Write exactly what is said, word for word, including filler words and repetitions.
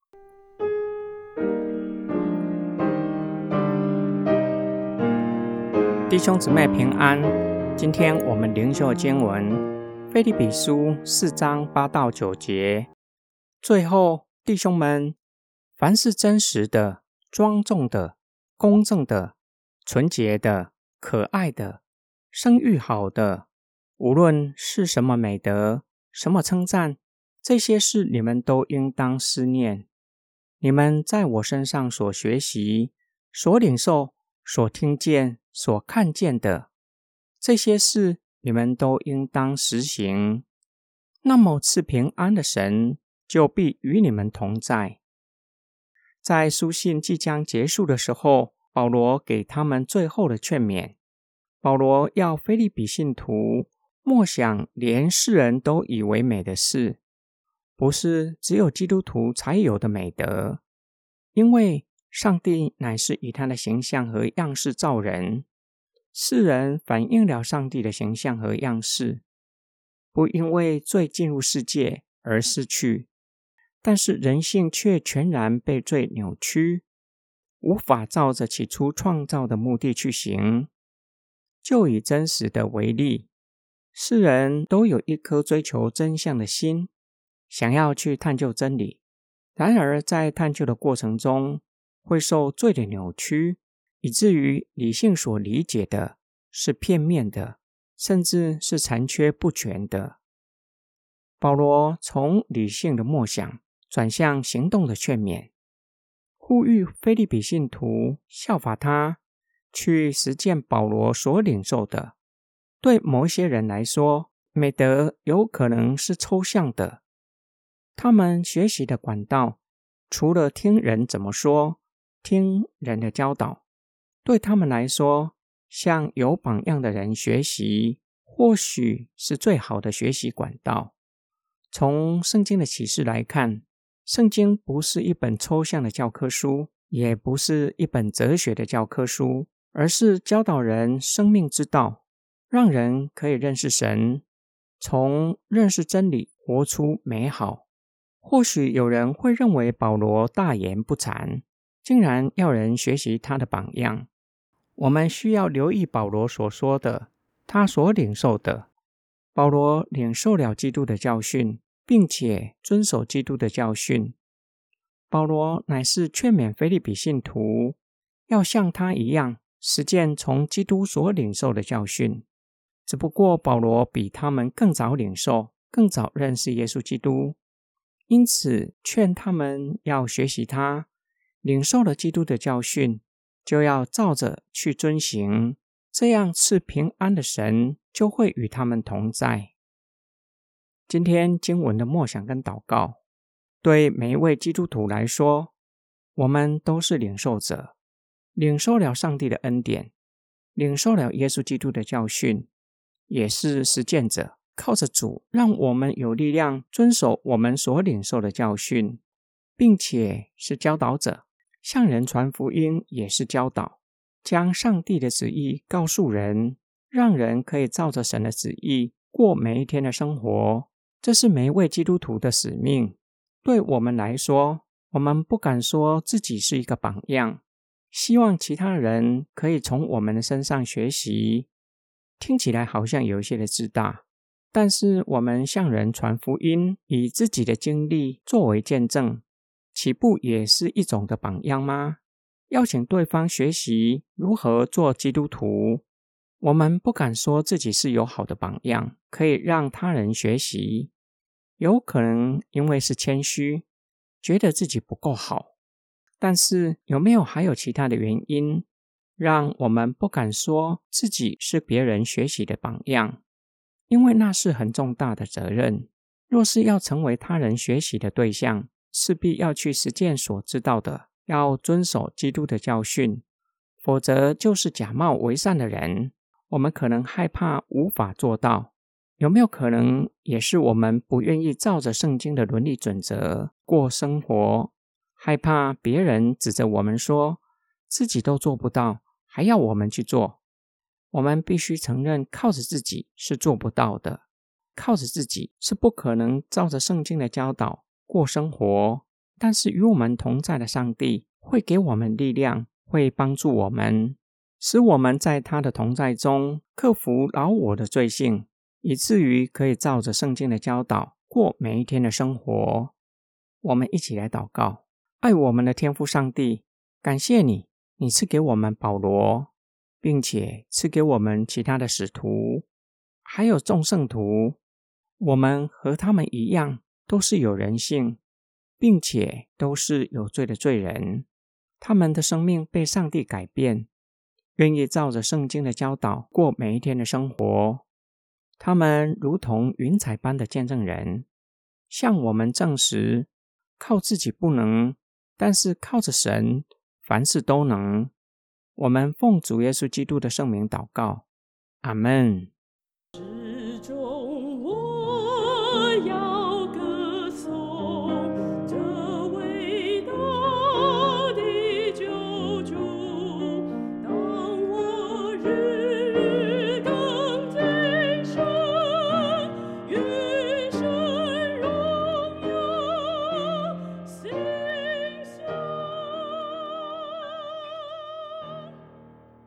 弟兄姊妹平安，今天我们灵修经文腓立比书四章八到九节。最后，弟兄们，凡是真实的、庄重的、公正的、纯洁的、可爱的、声誉好的，无论是什么美德、什么称赞，这些事你们都应当思念。你们在我身上所学习、所领受、所听见、所看见的，这些事你们都应当实行。那么赐平安的神就必与你们同在。在书信即将结束的时候，保罗给他们最后的劝勉。保罗要腓立比信徒默想连世人都以为美的事，不是只有基督徒才有的美德，因为上帝乃是以他的形象和样式造人，世人反映了上帝的形象和样式，不因为罪进入世界而失去，但是人性却全然被罪扭曲，无法照着起初创造的目的去行。就以真实的为例，世人都有一颗追求真相的心，想要去探究真理，然而在探究的过程中，会受罪的扭曲，以至于理性所理解的是片面的，甚至是残缺不全的。保罗从理性的默想转向行动的劝勉，呼吁腓立比信徒效法他，去实践保罗所领受的。对某些人来说，美德有可能是抽象的，他们学习的管道除了听人怎么说，听人的教导，对他们来说，向有榜样的人学习，或许是最好的学习管道。从圣经的启示来看，圣经不是一本抽象的教科书，也不是一本哲学的教科书，而是教导人生命之道，让人可以认识神，从认识真理活出美好。或许有人会认为保罗大言不惭，竟然要人学习他的榜样。我们需要留意保罗所说的，他所领受的。保罗领受了基督的教训，并且遵守基督的教训。保罗乃是劝勉腓立比信徒，要像他一样实践从基督所领受的教训。只不过保罗比他们更早领受，更早认识耶稣基督，因此劝他们要学习他，领受了基督的教训，就要照着去遵行，这样赐平安的神就会与他们同在。今天经文的默想跟祷告，对每一位基督徒来说，我们都是领受者，领受了上帝的恩典，领受了耶稣基督的教训，也是实践者，靠着主让我们有力量遵守我们所领受的教训，并且是教导者，向人传福音也是教导，将上帝的旨意告诉人，让人可以照着神的旨意过每一天的生活。这是每一位基督徒的使命。对我们来说，我们不敢说自己是一个榜样，希望其他人可以从我们的身上学习，听起来好像有一些的自大，但是我们向人传福音，以自己的经历作为见证，岂不也是一种的榜样吗？邀请对方学习如何做基督徒。我们不敢说自己是有好的榜样，可以让他人学习，有可能因为是谦虚，觉得自己不够好。但是有没有还有其他的原因，让我们不敢说自己是别人学习的榜样？因为那是很重大的责任。若是要成为他人学习的对象，势必要去实践所知道的，要遵守基督的教训，否则就是假冒为善的人。我们可能害怕无法做到，有没有可能也是我们不愿意照着圣经的伦理准则过生活，害怕别人指着我们说自己都做不到，还要我们去做？我们必须承认，靠着自己是做不到的，靠着自己是不可能照着圣经的教导过生活， 但是与我们同在的上帝会给我们力量，会帮助我们，使我们在他的同在中克服老我的罪性，以至于可以照着圣经的教导过每一天的生活。我们一起来祷告。爱我们的天父上帝，感谢你，你赐给我们保罗，并且赐给我们其他的使徒，还有众圣徒。我们和他们一样，都是有人性，并且都是有罪的罪人。他们的生命被上帝改变，愿意照着圣经的教导过每一天的生活。他们如同云彩般的见证人，向我们证实靠自己不能，但是靠着神凡事都能。我们奉主耶稣基督的圣名祷告，阿们。